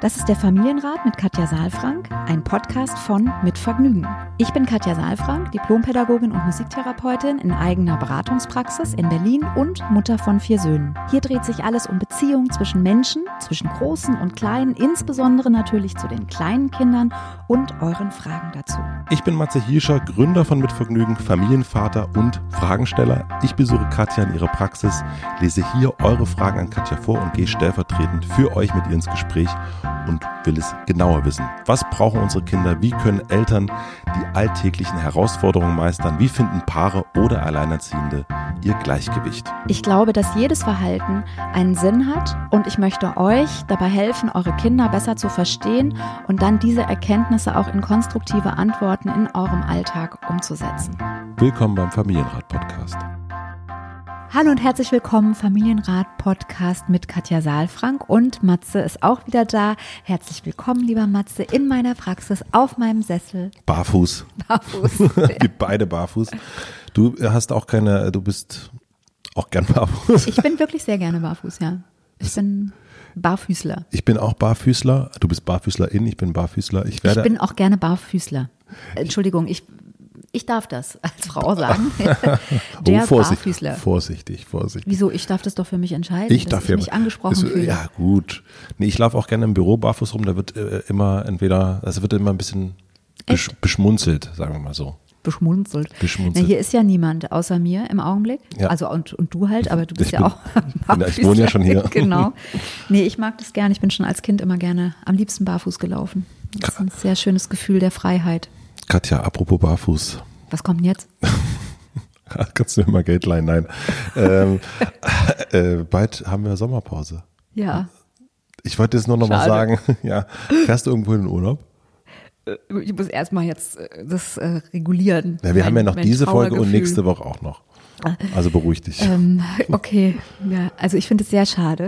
Das ist der Familienrat mit Katja Saalfrank, ein Podcast von Mit Vergnügen. Ich bin Katja Saalfrank, Diplompädagogin und Musiktherapeutin in eigener Beratungspraxis in Berlin und Mutter von 4 Söhnen. Hier dreht sich alles um Beziehungen zwischen Menschen, zwischen Großen und Kleinen, insbesondere natürlich zu den kleinen Kindern und euren Fragen dazu. Ich bin Matze Hirscher, Gründer von Mit Vergnügen, Familienvater und Fragensteller. Ich besuche Katja in ihrer Praxis, lese hier eure Fragen an Katja vor und gehe stellvertretend für euch mit ihr ins Gespräch und will es genauer wissen. Was brauchen unsere Kinder? Wie können Eltern die alltäglichen Herausforderungen meistern? Wie finden Paare oder Alleinerziehende ihr Gleichgewicht? Ich glaube, dass jedes Verhalten einen Sinn hat und ich möchte euch dabei helfen, eure Kinder besser zu verstehen und dann diese Erkenntnisse auch in konstruktive Antworten in eurem Alltag umzusetzen. Willkommen beim Familienrat-Podcast. Hallo und herzlich willkommen, Familienrat-Podcast mit Katja Saalfrank und Matze ist auch wieder da. Herzlich willkommen, lieber Matze, in meiner Praxis, auf meinem Sessel. Barfuß. Wir beide barfuß. Du bist auch gern barfuß. Ich bin wirklich sehr gerne barfuß, ja. Ich bin Barfüßler. Ich bin auch Barfüßler. Du bist Barfüßlerin, ich bin Barfüßler. Ich bin auch gerne Barfüßler. Entschuldigung, ich darf das als Frau sagen. Der Barfüßler. Vorsichtig. Wieso? Ich darf das doch für mich entscheiden, ich mich angesprochen fühle. Ja, gut. Nee, ich laufe auch gerne im Büro barfuß rum. Da wird immer ein bisschen beschmunzelt, sagen wir mal so. Beschmunzelt. Na, hier ist ja niemand außer mir im Augenblick. Ja. Also und du halt, aber du bist auch Ich wohne ja schon hier. Genau. Nee, ich mag das gerne. Ich bin schon als Kind immer gerne am liebsten barfuß gelaufen. Das ist ein sehr schönes Gefühl der Freiheit. Katja, apropos Barfuß. Was kommt denn jetzt? Kannst du mir mal Geld leihen? Nein. Bald haben wir Sommerpause. Ja. Ich wollte jetzt nur noch mal sagen, ja, fährst du irgendwo in den Urlaub? Ich muss erstmal jetzt das regulieren. Ja, wir haben ja noch diese Folge und nächste Woche auch noch. Also beruhig dich. Okay, ja, also ich finde es sehr schade.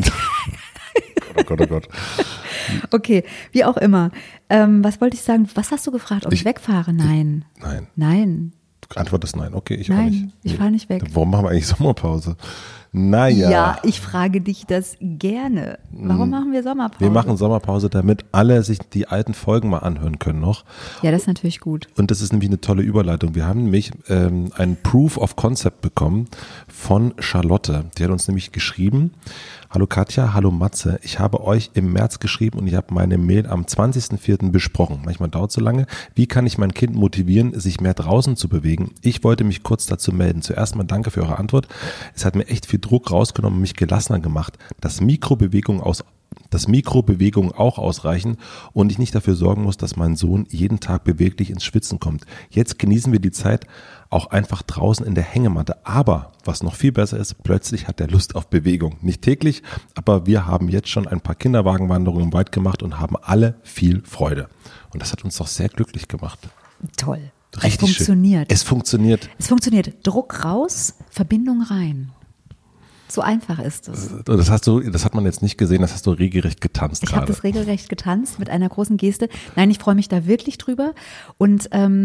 Oh Gott. Okay, wie auch immer. Was wollte ich sagen? Was hast du gefragt? Ob ich wegfahre? Nein. Nein. Du antwortest nein. Okay, ich nein, auch nicht. Ich fahre nicht weg. Warum machen wir eigentlich Sommerpause? Naja. Ja, ich frage dich das gerne. Warum machen wir Sommerpause? Wir machen Sommerpause, damit alle sich die alten Folgen mal anhören können noch. Ja, das ist natürlich gut. Und das ist nämlich eine tolle Überleitung. Wir haben nämlich ein Proof of Concept bekommen von Charlotte. Die hat uns nämlich geschrieben: Hallo Katja, hallo Matze. Ich habe euch im März geschrieben und ich habe meine Mail am 20.04. besprochen. Manchmal dauert es so lange. Wie kann ich mein Kind motivieren, sich mehr draußen zu bewegen? Ich wollte mich kurz dazu melden. Zuerst mal danke für eure Antwort. Es hat mir echt viel Druck rausgenommen und mich gelassener gemacht, dass Mikrobewegungen auch ausreichen und ich nicht dafür sorgen muss, dass mein Sohn jeden Tag beweglich ins Schwitzen kommt. Jetzt genießen wir die Zeit auch einfach draußen in der Hängematte. Aber was noch viel besser ist, plötzlich hat er Lust auf Bewegung. Nicht täglich, aber wir haben jetzt schon ein paar Kinderwagenwanderungen im Wald gemacht und haben alle viel Freude. Und das hat uns doch sehr glücklich gemacht. Toll. Richtig schön. Es funktioniert. Es funktioniert. Druck raus, Verbindung rein. So einfach ist es. Das hat man jetzt nicht gesehen, das hast du regelrecht getanzt gerade. Ich habe das regelrecht getanzt mit einer großen Geste. Nein, ich freue mich da wirklich drüber. Und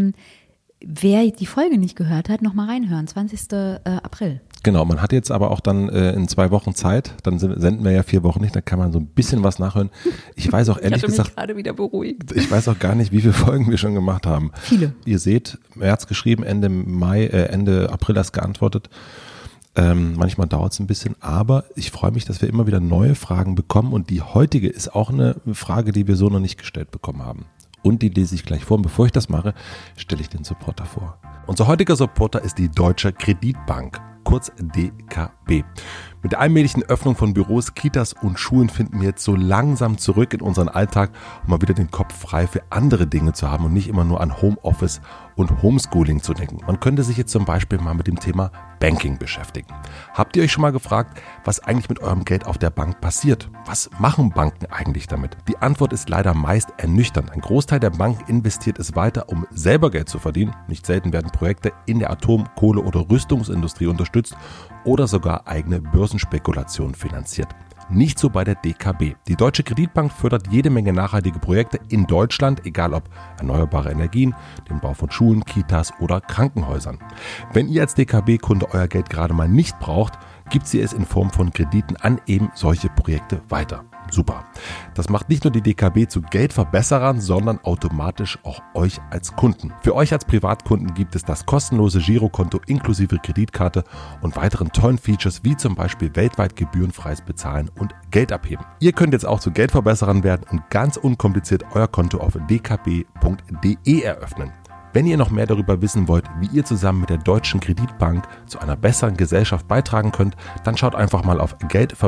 wer die Folge nicht gehört hat, nochmal reinhören, 20. April. Genau, man hat jetzt aber auch dann in 2 Wochen Zeit, dann senden wir ja 4 Wochen nicht, dann kann man so ein bisschen was nachhören. Ich weiß auch ehrlich gesagt, mich gerade wieder beruhigt. Ich weiß auch gar nicht, wie viele Folgen wir schon gemacht haben. Viele. Ihr seht, März geschrieben, Ende April erst geantwortet. Manchmal dauert es ein bisschen, aber ich freue mich, dass wir immer wieder neue Fragen bekommen und die heutige ist auch eine Frage, die wir so noch nicht gestellt bekommen haben. Und die lese ich gleich vor. Und bevor ich das mache, stelle ich den Supporter vor. Unser heutiger Supporter ist die Deutsche Kreditbank, kurz DKB. Mit der allmählichen Öffnung von Büros, Kitas und Schulen finden wir jetzt so langsam zurück in unseren Alltag, um mal wieder den Kopf frei für andere Dinge zu haben und nicht immer nur an Homeoffice und Homeschooling zu denken. Man könnte sich jetzt zum Beispiel mal mit dem Thema Banking beschäftigen. Habt ihr euch schon mal gefragt, was eigentlich mit eurem Geld auf der Bank passiert? Was machen Banken eigentlich damit? Die Antwort ist leider meist ernüchternd. Ein Großteil der Banken investiert es weiter, um selber Geld zu verdienen. Nicht selten werden Projekte in der Atom-, Kohle- oder Rüstungsindustrie unterstützt oder sogar eigene Börsenspekulationen finanziert. Nicht so bei der DKB. Die Deutsche Kreditbank fördert jede Menge nachhaltige Projekte in Deutschland, egal ob erneuerbare Energien, den Bau von Schulen, Kitas oder Krankenhäusern. Wenn ihr als DKB-Kunde euer Geld gerade mal nicht braucht, gibt sie es in Form von Krediten an eben solche Projekte weiter. Super. Das macht nicht nur die DKB zu Geldverbesserern, sondern automatisch auch euch als Kunden. Für euch als Privatkunden gibt es das kostenlose Girokonto inklusive Kreditkarte und weiteren tollen Features wie zum Beispiel weltweit gebührenfreies Bezahlen und Geld abheben. Ihr könnt jetzt auch zu Geldverbesserern werden und ganz unkompliziert euer Konto auf dkb.de eröffnen. Wenn ihr noch mehr darüber wissen wollt, wie ihr zusammen mit der Deutschen Kreditbank zu einer besseren Gesellschaft beitragen könnt, dann schaut einfach mal auf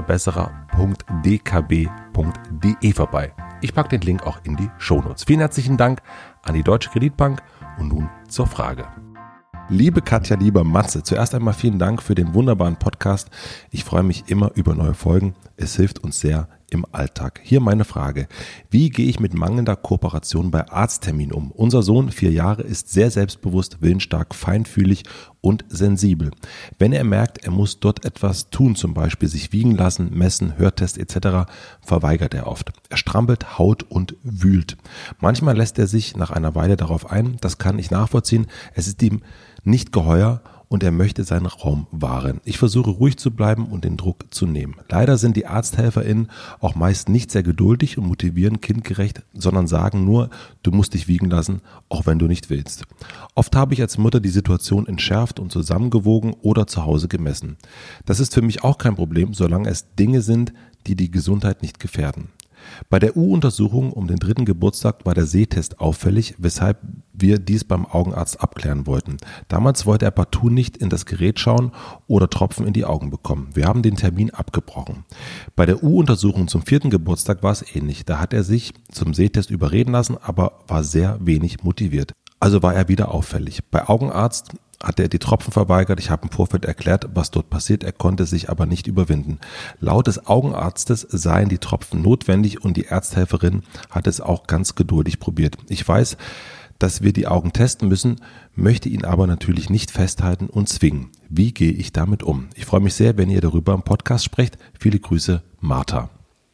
geldverbesserer.dkb.de vorbei. Ich packe den Link auch in die Shownotes. Vielen herzlichen Dank an die Deutsche Kreditbank und nun zur Frage. Liebe Katja, lieber Matze, zuerst einmal vielen Dank für den wunderbaren Podcast. Ich freue mich immer über neue Folgen. Es hilft uns sehr im Alltag. Hier meine Frage. Wie gehe ich mit mangelnder Kooperation bei Arztterminen um? Unser Sohn, 4 Jahre, ist sehr selbstbewusst, willensstark, feinfühlig und sensibel. Wenn er merkt, er muss dort etwas tun, zum Beispiel sich wiegen lassen, messen, Hörtest etc., verweigert er oft. Er strampelt, haut und wühlt. Manchmal lässt er sich nach einer Weile darauf ein. Das kann ich nachvollziehen. Es ist ihm nicht geheuer und er möchte seinen Raum wahren. Ich versuche ruhig zu bleiben und den Druck zu nehmen. Leider sind die ArzthelferInnen auch meist nicht sehr geduldig und motivieren kindgerecht, sondern sagen nur, du musst dich wiegen lassen, auch wenn du nicht willst. Oft habe ich als Mutter die Situation entschärft und zusammengewogen oder zu Hause gemessen. Das ist für mich auch kein Problem, solange es Dinge sind, die die Gesundheit nicht gefährden. Bei der U-Untersuchung um den 3. Geburtstag war der Sehtest auffällig, weshalb wir dies beim Augenarzt abklären wollten. Damals wollte er partout nicht in das Gerät schauen oder Tropfen in die Augen bekommen. Wir haben den Termin abgebrochen. Bei der U-Untersuchung zum 4. Geburtstag war es ähnlich. Da hat er sich zum Sehtest überreden lassen, aber war sehr wenig motiviert. Also war er wieder auffällig. Bei Augenarzt hat er die Tropfen verweigert. Ich habe im Vorfeld erklärt, was dort passiert. Er konnte sich aber nicht überwinden. Laut des Augenarztes seien die Tropfen notwendig und die Ärzthelferin hat es auch ganz geduldig probiert. Ich weiß, dass wir die Augen testen müssen, möchte ihn aber natürlich nicht festhalten und zwingen. Wie gehe ich damit um? Ich freue mich sehr, wenn ihr darüber im Podcast sprecht. Viele Grüße, Martha.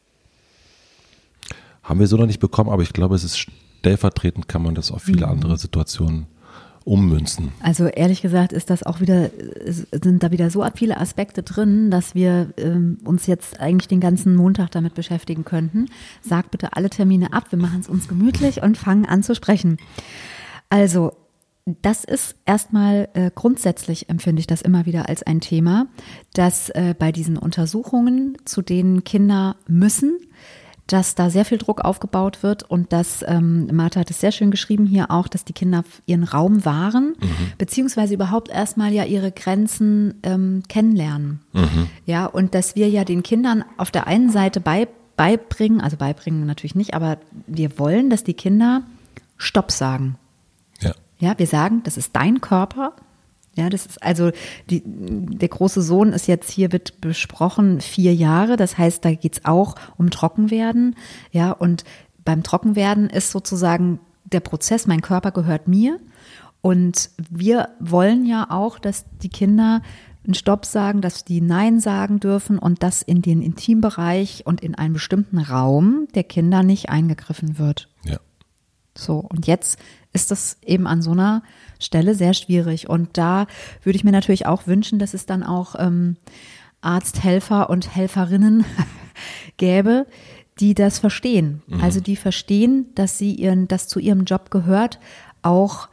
Haben wir so noch nicht bekommen, aber ich glaube, es ist stellvertretend, kann man das auf viele andere Situationen ummünzen. Also ehrlich gesagt sind da wieder so viele Aspekte drin, dass wir uns jetzt eigentlich den ganzen Montag damit beschäftigen könnten. Sag bitte alle Termine ab, wir machen es uns gemütlich und fangen an zu sprechen. Also das ist erstmal grundsätzlich empfinde ich das immer wieder als ein Thema, dass bei diesen Untersuchungen, zu denen Kinder müssen, dass da sehr viel Druck aufgebaut wird und dass, Martha hat es sehr schön geschrieben hier auch, dass die Kinder ihren Raum wahren, beziehungsweise überhaupt erstmal ja ihre Grenzen kennenlernen. Ja, und dass wir ja den Kindern auf der einen Seite beibringen natürlich nicht, aber wir wollen, dass die Kinder Stopp sagen. Ja, wir sagen, das ist dein Körper. Ja, das ist also der große Sohn ist jetzt hier, wird besprochen, 4 Jahre. Das heißt, da geht's auch um Trockenwerden. Ja, und beim Trockenwerden ist sozusagen der Prozess, mein Körper gehört mir. Und wir wollen ja auch, dass die Kinder einen Stopp sagen, dass die Nein sagen dürfen und dass in den Intimbereich und in einen bestimmten Raum der Kinder nicht eingegriffen wird. Ja. So, und jetzt ist das eben an so einer Stelle sehr schwierig. Und da würde ich mir natürlich auch wünschen, dass es dann auch Arzthelfer und Helferinnen gäbe, die das verstehen. Also die verstehen, dass dass zu ihrem Job gehört, auch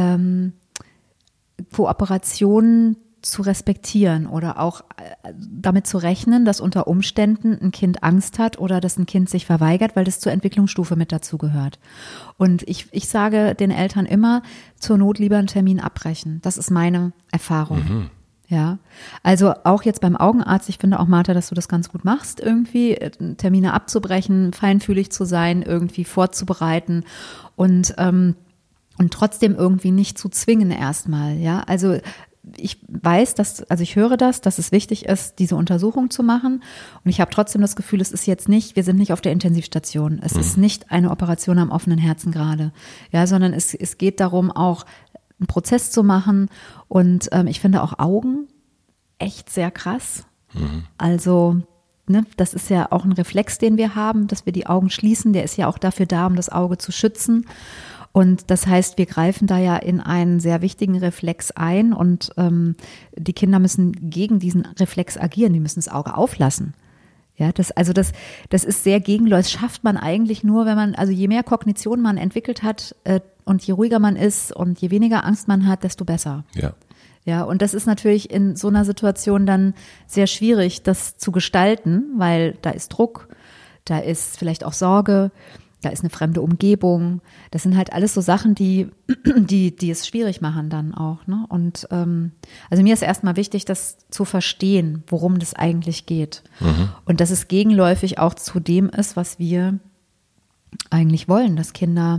Kooperationen zu respektieren oder auch damit zu rechnen, dass unter Umständen ein Kind Angst hat oder dass ein Kind sich verweigert, weil das zur Entwicklungsstufe mit dazu gehört. Und ich sage den Eltern immer, zur Not lieber einen Termin abbrechen. Das ist meine Erfahrung. Ja, also auch jetzt beim Augenarzt, ich finde auch, Martha, dass du das ganz gut machst, irgendwie Termine abzubrechen, feinfühlig zu sein, irgendwie vorzubereiten und trotzdem irgendwie nicht zu zwingen erstmal, ja, also ich weiß, ich höre dass es wichtig ist, diese Untersuchung zu machen. Und ich habe trotzdem das Gefühl, wir sind nicht auf der Intensivstation. Es ist nicht eine Operation am offenen Herzen gerade. Ja, sondern es geht darum, auch einen Prozess zu machen. Und ich finde auch Augen echt sehr krass. Also, ne, das ist ja auch ein Reflex, den wir haben, dass wir die Augen schließen. Der ist ja auch dafür da, um das Auge zu schützen. Und das heißt, wir greifen da ja in einen sehr wichtigen Reflex ein und die Kinder müssen gegen diesen Reflex agieren, die müssen das Auge auflassen. Ja, das ist sehr gegenläufig. Das schafft man eigentlich nur, wenn man, also je mehr Kognition man entwickelt hat und je ruhiger man ist und je weniger Angst man hat, desto besser. Ja. Ja, und das ist natürlich in so einer Situation dann sehr schwierig, das zu gestalten, weil da ist Druck, da ist vielleicht auch Sorge, da ist eine fremde Umgebung. Das sind halt alles so Sachen, die es schwierig machen dann auch, ne? Und also mir ist erstmal wichtig, das zu verstehen, worum das eigentlich geht. Und dass es gegenläufig auch zu dem ist, was wir eigentlich wollen, dass Kinder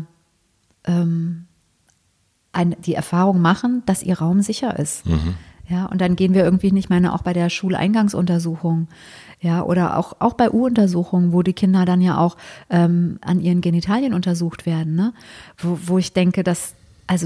die Erfahrung machen, dass ihr Raum sicher ist. Ja, und dann gehen wir irgendwie, ich meine, auch bei der Schuleingangsuntersuchung, ja, oder auch bei U-Untersuchungen, wo die Kinder dann ja auch an ihren Genitalien untersucht werden, ne? Wo ich denke, das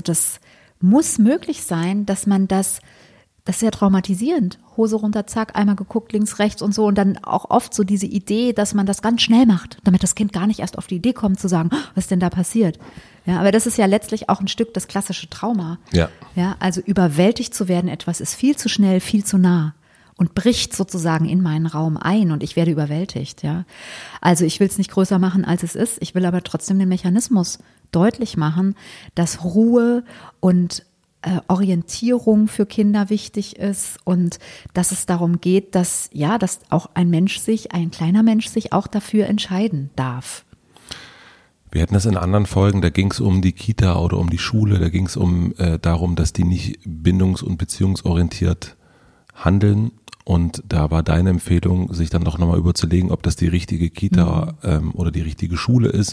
muss möglich sein, dass man das ist ja traumatisierend. Hose runter, zack, einmal geguckt, links, rechts und so. Und dann auch oft so diese Idee, dass man das ganz schnell macht, damit das Kind gar nicht erst auf die Idee kommt zu sagen, was ist denn da passiert? Ja, aber das ist ja letztlich auch ein Stück das klassische Trauma. Ja. Ja, also überwältigt zu werden, etwas ist viel zu schnell, viel zu nah und bricht sozusagen in meinen Raum ein und ich werde überwältigt. Ja, also ich will es nicht größer machen, als es ist. Ich will aber trotzdem den Mechanismus deutlich machen, dass Ruhe und Orientierung für Kinder wichtig ist und dass es darum geht, dass auch ein kleiner Mensch sich auch dafür entscheiden darf. Wir hatten das in anderen Folgen, da ging es um die Kita oder um die Schule, da ging es darum, dass die nicht bindungs- und beziehungsorientiert handeln und da war deine Empfehlung, sich dann doch nochmal überzulegen, ob das die richtige Kita oder die richtige Schule ist.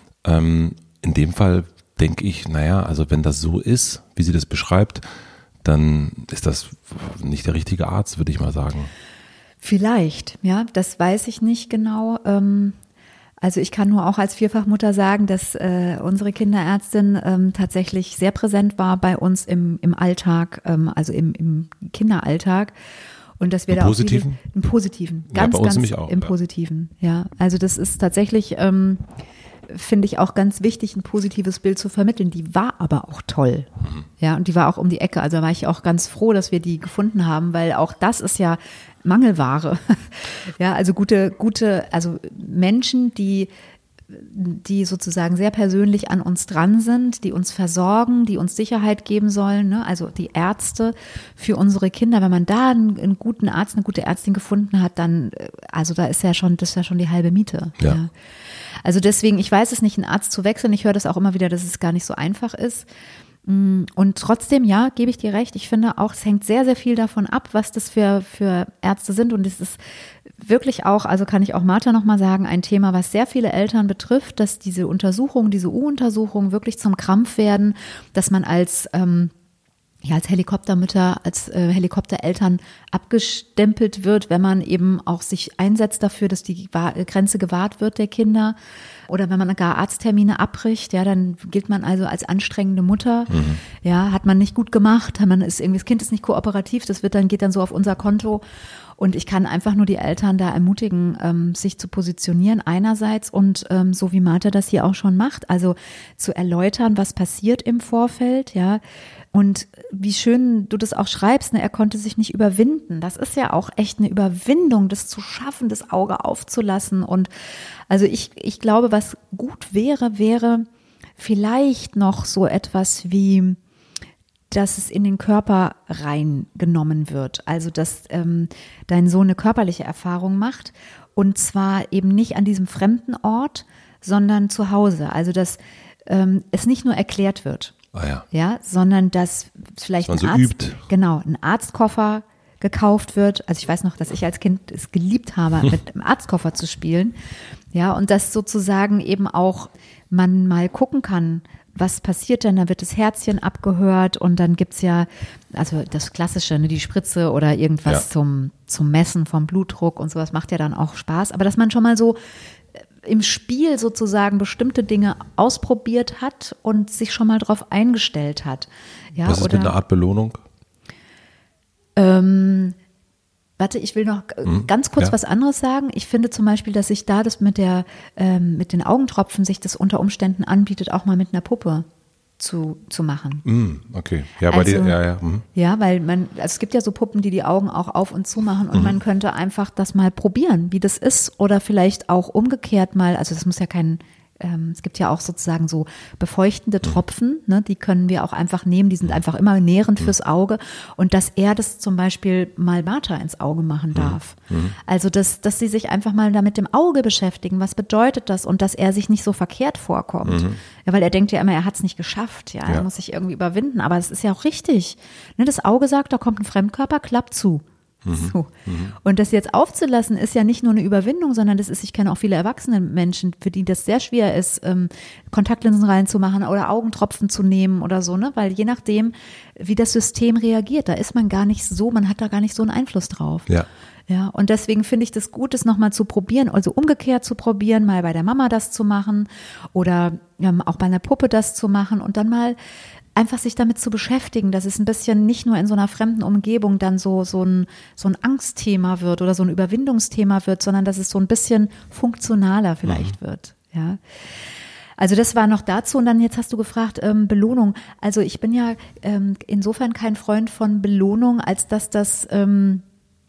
In dem Fall denke ich, also wenn das so ist, wie sie das beschreibt, dann ist das nicht der richtige Arzt, würde ich mal sagen. Vielleicht, ja, das weiß ich nicht genau. Also ich kann nur auch als Vierfachmutter sagen, dass unsere Kinderärztin tatsächlich sehr präsent war bei uns im Alltag, also im Kinderalltag. Und dass wir Im Positiven? Im Positiven, ganz, ja, bei uns nämlich auch, im Positiven, ja. Also das ist tatsächlich, finde ich auch ganz wichtig, ein positives Bild zu vermitteln. Die war aber auch toll. Ja, und die war auch um die Ecke. Also da war ich auch ganz froh, dass wir die gefunden haben, weil auch das ist ja Mangelware. Ja, also also Menschen, die sozusagen sehr persönlich an uns dran sind, die uns versorgen, die uns Sicherheit geben sollen, ne? Also die Ärzte für unsere Kinder. Wenn man da einen guten Arzt, eine gute Ärztin gefunden hat, dann, also das ist ja schon die halbe Miete. Ja. Ja. Also deswegen, ich weiß es nicht, einen Arzt zu wechseln. Ich höre das auch immer wieder, dass es gar nicht so einfach ist. Und trotzdem, ja, gebe ich dir recht. Ich finde auch, es hängt sehr, sehr viel davon ab, was das für Ärzte sind. Und es ist wirklich auch, also kann ich auch Martha nochmal sagen, ein Thema, was sehr viele Eltern betrifft, dass diese Untersuchungen, diese U-Untersuchungen wirklich zum Krampf werden, dass man als Helikoptermütter, als Helikoptereltern abgestempelt wird, wenn man eben auch sich einsetzt dafür, dass die Grenze gewahrt wird der Kinder. Oder wenn man gar Arzttermine abbricht, ja, dann gilt man also als anstrengende Mutter. Ja, hat man nicht gut gemacht, das Kind ist nicht kooperativ, geht dann so auf unser Konto. Und ich kann einfach nur die Eltern da ermutigen, sich zu positionieren einerseits und so wie Martha das hier auch schon macht, also zu erläutern, was passiert im Vorfeld, ja. Und wie schön du das auch schreibst, ne, er konnte sich nicht überwinden. Das ist ja auch echt eine Überwindung, das zu schaffen, das Auge aufzulassen. Und also ich glaube, was gut wäre vielleicht noch so etwas wie, dass es in den Körper reingenommen wird. Also dass dein Sohn eine körperliche Erfahrung macht und zwar eben nicht an diesem fremden Ort, sondern zu Hause. Also dass es nicht nur erklärt wird. Ah ja. Ja, sondern dass vielleicht ein Arztkoffer gekauft wird. Also ich weiß noch, dass ich als Kind es geliebt habe, mit einem Arztkoffer zu spielen. Ja, und dass sozusagen eben auch man mal gucken kann, was passiert denn? Da wird das Herzchen abgehört und dann gibt's ja, also das Klassische, ne, die Spritze oder irgendwas zum Messen vom Blutdruck und sowas macht ja dann auch Spaß. Aber dass man schon mal so im Spiel sozusagen bestimmte Dinge ausprobiert hat und sich schon mal drauf eingestellt hat. Ja, was ist mit einer Art Belohnung? Warte, ich will noch ganz kurz was anderes sagen. Ich finde zum Beispiel, dass sich da das mit den Augentropfen sich das unter Umständen anbietet, auch mal mit einer Puppe. zu machen. Okay. Ja, also, weil weil es gibt ja so Puppen, die Augen auch auf und zu machen und man könnte einfach das mal probieren, wie das ist oder vielleicht auch umgekehrt mal, also das muss ja es gibt ja auch sozusagen so befeuchtende Tropfen, ne, die können wir auch einfach nehmen, die sind einfach immer nährend fürs Auge und dass er das zum Beispiel mal Martha ins Auge machen darf. Also dass sie sich einfach mal da mit dem Auge beschäftigen, was bedeutet das und dass er sich nicht so verkehrt vorkommt. Ja, weil er denkt ja immer, er hat es nicht geschafft, er muss sich irgendwie überwinden, aber es ist ja auch richtig. Ne, das Auge sagt, da kommt ein Fremdkörper, klappt zu. So. Und das jetzt aufzulassen, ist ja nicht nur eine Überwindung, sondern ich kenne auch viele erwachsene Menschen, für die das sehr schwer ist, Kontaktlinsen reinzumachen oder Augentropfen zu nehmen oder so, ne? Weil je nachdem, wie das System reagiert, man hat da gar nicht so einen Einfluss drauf. Ja, und deswegen finde ich das gut, das nochmal zu probieren, also umgekehrt zu probieren, mal bei der Mama das zu machen oder auch bei einer Puppe das zu machen und dann mal einfach sich damit zu beschäftigen, dass es ein bisschen nicht nur in so einer fremden Umgebung dann so ein Angstthema wird oder so ein Überwindungsthema wird, sondern dass es so ein bisschen funktionaler vielleicht wird. Ja. Also das war noch dazu und dann jetzt hast du gefragt, Belohnung. Also ich bin ja insofern kein Freund von Belohnung, als dass dann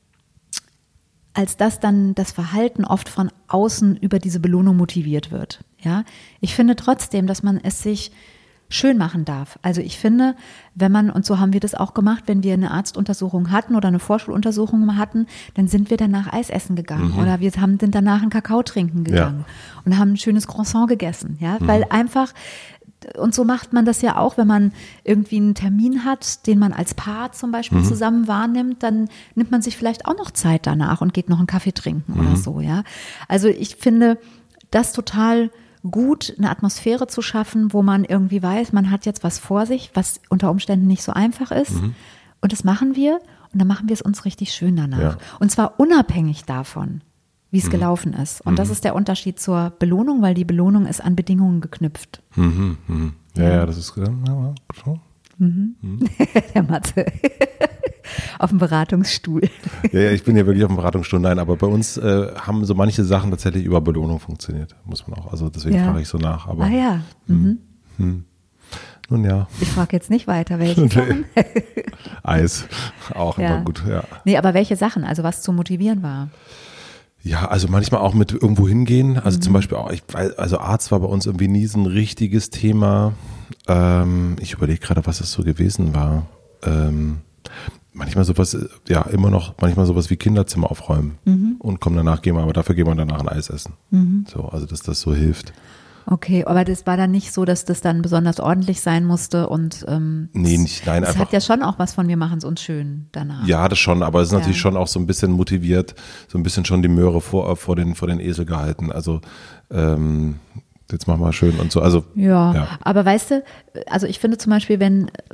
das Verhalten oft von außen über diese Belohnung motiviert wird. Ja. Ich finde trotzdem, dass man es sich schön machen darf. Also ich finde, und so haben wir das auch gemacht, wenn wir eine Arztuntersuchung hatten oder eine Vorschuluntersuchung hatten, dann sind wir danach Eis essen gegangen oder wir sind danach einen Kakao trinken gegangen und haben ein schönes Croissant gegessen, weil einfach, und so macht man das ja auch, wenn man irgendwie einen Termin hat, den man als Paar zum Beispiel zusammen wahrnimmt, dann nimmt man sich vielleicht auch noch Zeit danach und geht noch einen Kaffee trinken oder so, ja. Also ich finde das total gut, eine Atmosphäre zu schaffen, wo man irgendwie weiß, man hat jetzt was vor sich, was unter Umständen nicht so einfach ist. Und das machen wir und dann machen wir es uns richtig schön danach. Ja. Und zwar unabhängig davon, wie es gelaufen ist. Und das ist der Unterschied zur Belohnung, weil die Belohnung ist an Bedingungen geknüpft. Ja, das ist schon. Der Mathe. Auf dem Beratungsstuhl. Ja, ich bin ja wirklich auf dem Beratungsstuhl. Nein, aber bei uns haben so manche Sachen tatsächlich über Belohnung funktioniert, muss man auch. Also deswegen frage ich so nach. Aber, Nun ja. Ich frage jetzt nicht weiter, welche Sachen. Eis, auch immer gut, ja. Nee, aber welche Sachen, also was zu motivieren war? Ja, also manchmal auch mit irgendwo hingehen. Also zum Beispiel auch, also Arzt war bei uns irgendwie nie so ein richtiges Thema. Ich überlege gerade, was es so gewesen war. Manchmal sowas, manchmal sowas wie Kinderzimmer aufräumen und kommen danach, dafür gehen wir danach ein Eis essen. So, also dass das so hilft. Okay, aber das war dann nicht so, dass das dann besonders ordentlich sein musste und nein, das einfach. hat ja schon auch was von wir machen es uns schön danach. Ja, das schon, aber es ist natürlich schon auch so ein bisschen motiviert, so ein bisschen schon die Möhre vor den Esel gehalten. Also jetzt machen wir schön und so. Also ja, aber weißt du, also ich finde zum Beispiel,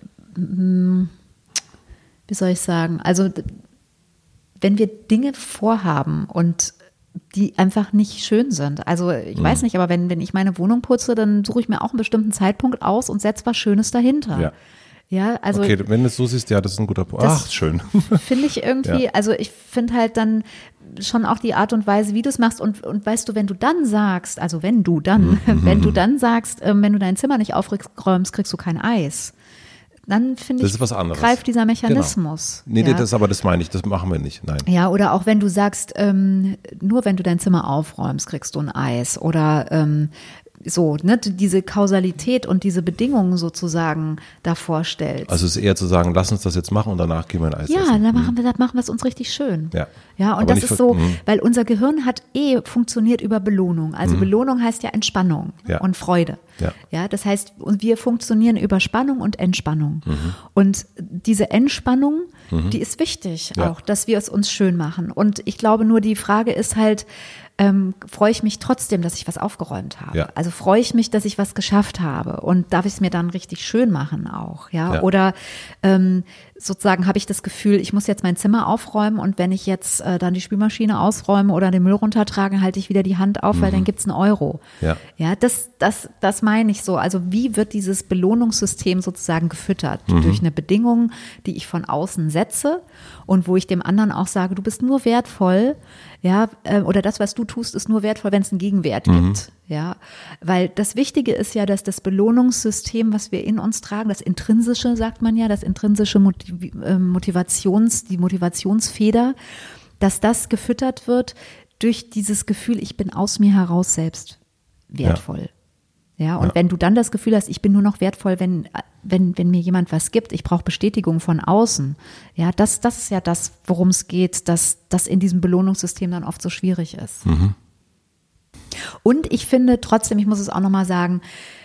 wie soll ich sagen, also wenn wir Dinge vorhaben und die einfach nicht schön sind, also ich weiß nicht, aber wenn ich meine Wohnung putze, dann suche ich mir auch einen bestimmten Zeitpunkt aus und setze was Schönes dahinter. Ja, also. Okay, wenn du es so siehst, das ist ein guter Punkt. Ach, schön. Finde ich irgendwie, also ich finde halt dann schon auch die Art und Weise, wie du es machst und weißt du, wenn du dann sagst, wenn du sagst, wenn du dein Zimmer nicht aufräumst, kriegst du kein Eis. Dann finde ich, greift dieser Mechanismus. Genau. Nee, das meine ich, das machen wir nicht, nein. Ja, oder auch wenn du sagst, nur wenn du dein Zimmer aufräumst, kriegst du ein Eis oder so, ne, diese Kausalität und diese Bedingungen sozusagen da vorstellst. Also es ist eher zu sagen, lass uns das jetzt machen und danach gehen wir ein Eis essen. Ja, dann machen wir es uns richtig schön. Ja, und aber das ist so, weil unser Gehirn funktioniert über Belohnung. Also Belohnung heißt ja Entspannung und Freude. Ja, das heißt, wir funktionieren über Spannung und Entspannung. Und diese Entspannung, die ist wichtig auch, dass wir es uns schön machen. Und ich glaube nur, die Frage ist halt, freue ich mich trotzdem, dass ich was aufgeräumt habe. Ja. Also freue ich mich, dass ich was geschafft habe und darf ich es mir dann richtig schön machen auch, ja? Oder sozusagen habe ich das Gefühl, ich muss jetzt mein Zimmer aufräumen und wenn ich jetzt dann die Spülmaschine ausräume oder den Müll runtertrage, halte ich wieder die Hand auf, weil dann gibt's einen Euro. Ja, das meine ich so. Also wie wird dieses Belohnungssystem sozusagen gefüttert? Durch eine Bedingung, die ich von außen setze und wo ich dem anderen auch sage, du bist nur wertvoll, ja, oder das, was du tust, ist nur wertvoll, wenn es einen Gegenwert gibt, ja, weil das Wichtige ist ja, dass das Belohnungssystem, was wir in uns tragen, das intrinsische, sagt man ja, das intrinsische die Motivationsfeder, dass das gefüttert wird durch dieses Gefühl, ich bin aus mir heraus selbst wertvoll. Ja, und wenn du dann das Gefühl hast, ich bin nur noch wertvoll, wenn mir jemand was gibt, ich brauche Bestätigung von außen. Ja, das ist ja das, worum es geht, dass das in diesem Belohnungssystem dann oft so schwierig ist. Und ich finde trotzdem, ich muss es auch nochmal sagen,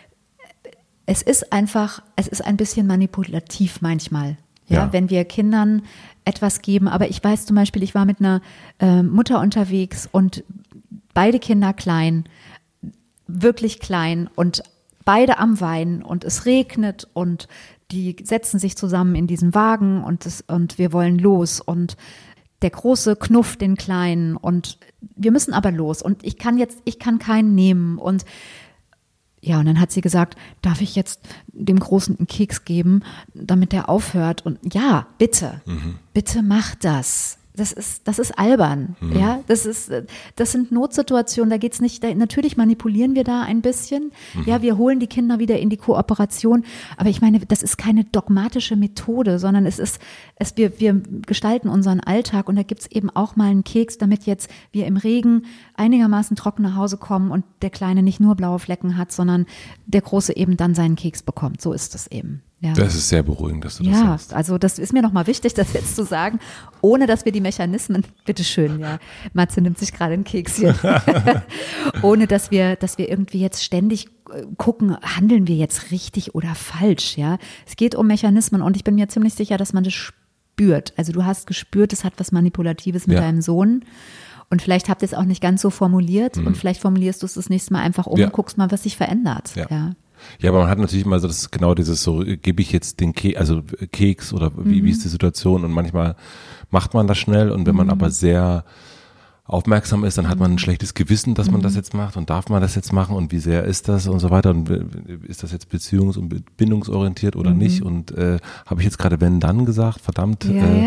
es ist ein bisschen manipulativ manchmal. Ja, wenn wir Kindern etwas geben. Aber ich weiß zum Beispiel, ich war mit einer Mutter unterwegs und beide Kinder klein, wirklich klein und beide am Weinen und es regnet und die setzen sich zusammen in diesen Wagen und wir wollen los und der Große knufft den Kleinen und wir müssen aber los und ich kann keinen nehmen und ja, und dann hat sie gesagt, darf ich jetzt dem Großen einen Keks geben, damit der aufhört? Und ja, bitte, bitte mach das. Das ist albern, ja. Das sind Notsituationen, da geht's nicht, natürlich manipulieren wir da ein bisschen. Ja, wir holen die Kinder wieder in die Kooperation. Aber ich meine, das ist keine dogmatische Methode, sondern wir gestalten unseren Alltag und da gibt's eben auch mal einen Keks, damit jetzt wir im Regen einigermaßen trocken nach Hause kommen und der Kleine nicht nur blaue Flecken hat, sondern der Große eben dann seinen Keks bekommt. So ist es eben. Ja. Das ist sehr beruhigend, dass du das sagst. Ja, also das ist mir nochmal wichtig, das jetzt zu sagen, ohne dass wir die Mechanismen, bitteschön, ja, Matze nimmt sich gerade einen Keks hier, ohne dass wir irgendwie jetzt ständig gucken, handeln wir jetzt richtig oder falsch, ja. Es geht um Mechanismen und ich bin mir ziemlich sicher, dass man das spürt. Also du hast gespürt, es hat was Manipulatives mit deinem Sohn. Und vielleicht habt ihr es auch nicht ganz so formuliert und vielleicht formulierst du es das nächste Mal einfach um und guckst mal, was sich verändert, ja. Ja, aber man hat natürlich immer so das genau dieses so, gebe ich jetzt den Keks oder wie ist die Situation und manchmal macht man das schnell und wenn man aber sehr aufmerksam ist, dann hat man ein schlechtes Gewissen, dass man das jetzt macht und darf man das jetzt machen und wie sehr ist das und so weiter und ist das jetzt beziehungs- und bindungsorientiert oder nicht und habe ich jetzt gerade wenn dann gesagt, verdammt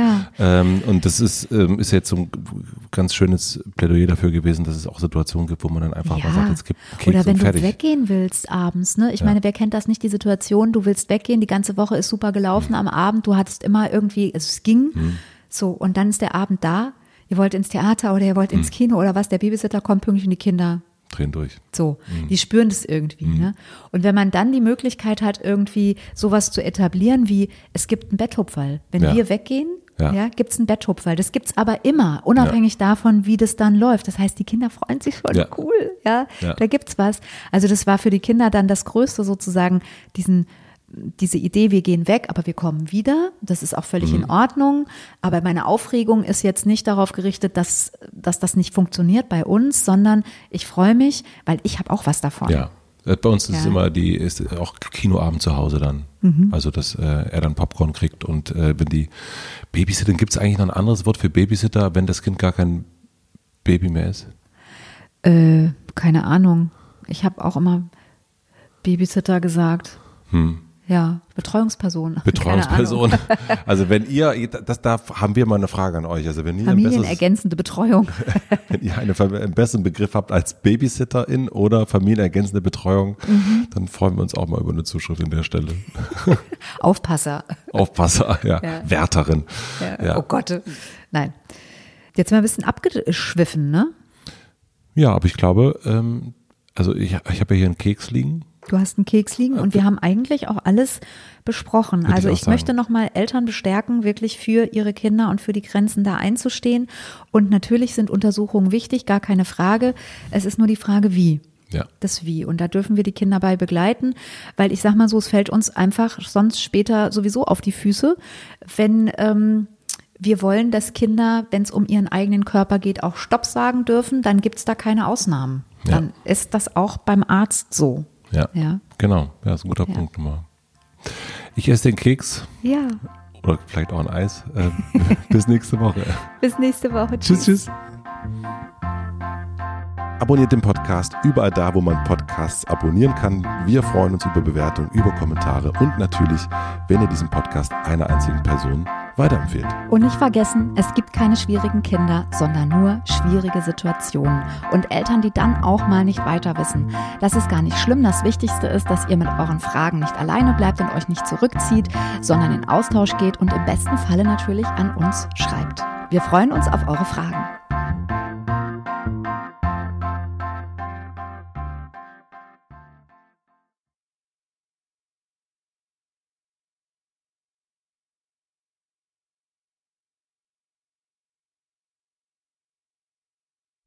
und das ist jetzt so ein ganz schönes Plädoyer dafür gewesen, dass es auch Situationen gibt, wo man dann einfach mal sagt, jetzt gibt Keks oder wenn und fertig. du weggehen willst abends, ne? Ich meine, wer kennt das nicht, die Situation, du willst weggehen, die ganze Woche ist super gelaufen am Abend, du hattest immer irgendwie, also es ging so und dann ist der Abend da. Ihr wollt ins Theater oder ihr wollt ins Kino oder was, der Babysitter kommt pünktlich und die Kinder drehen durch. So, die spüren das irgendwie. Ne? Und wenn man dann die Möglichkeit hat, irgendwie sowas zu etablieren wie, es gibt einen Betthupferl. Wenn wir weggehen, gibt es einen Betthupferl. Das gibt's aber immer, unabhängig davon, wie das dann läuft. Das heißt, die Kinder freuen sich schon, cool, da gibt's was. Also das war für die Kinder dann das Größte sozusagen, diese Idee, wir gehen weg, aber wir kommen wieder, das ist auch völlig in Ordnung, aber meine Aufregung ist jetzt nicht darauf gerichtet, dass das nicht funktioniert bei uns, sondern ich freue mich, weil ich habe auch was davon. Ja, bei uns ist es immer ist auch Kinoabend zu Hause dann, also dass er dann Popcorn kriegt und wenn die Babysitter, gibt es eigentlich noch ein anderes Wort für Babysitter, wenn das Kind gar kein Baby mehr ist? Keine Ahnung, ich habe auch immer Babysitter gesagt. Ja, Betreuungsperson. Betreuungsperson. Also wenn ihr, da haben wir mal eine Frage an euch. Also wenn ihr familienergänzende Betreuung. Wenn ihr einen besseren Begriff habt als Babysitterin oder familienergänzende Betreuung, dann freuen wir uns auch mal über eine Zuschrift an der Stelle. Aufpasser. Aufpasser, ja. Wärterin. Ja. Oh Gott. Nein. Jetzt mal ein bisschen abgeschwiffen, ne? Ja, aber ich glaube, also ich habe ja hier einen Keks liegen. Du hast einen Keks liegen und wir haben eigentlich auch alles besprochen. Also ich möchte nochmal Eltern bestärken, wirklich für ihre Kinder und für die Grenzen da einzustehen. Und natürlich sind Untersuchungen wichtig, gar keine Frage. Es ist nur die Frage, wie. Ja. Das Wie. Und da dürfen wir die Kinder bei begleiten, weil ich sag mal so, es fällt uns einfach sonst später sowieso auf die Füße, wenn wir wollen, dass Kinder, wenn es um ihren eigenen Körper geht, auch Stopp sagen dürfen, dann gibt es da keine Ausnahmen. Dann ist das auch beim Arzt so. Ja, genau. Ja, ist ein guter Punkt nochmal. Ich esse den Keks. Ja. Oder vielleicht auch ein Eis. Bis nächste Woche. Bis nächste Woche. Tschüss. Abonniert den Podcast überall da, wo man Podcasts abonnieren kann. Wir freuen uns über Bewertungen, über Kommentare und natürlich, wenn ihr diesen Podcast einer einzigen Person weiterempfehlt. Und nicht vergessen, es gibt keine schwierigen Kinder, sondern nur schwierige Situationen. Und Eltern, die dann auch mal nicht weiter wissen. Das ist gar nicht schlimm. Das Wichtigste ist, dass ihr mit euren Fragen nicht alleine bleibt und euch nicht zurückzieht, sondern in Austausch geht und im besten Falle natürlich an uns schreibt. Wir freuen uns auf eure Fragen.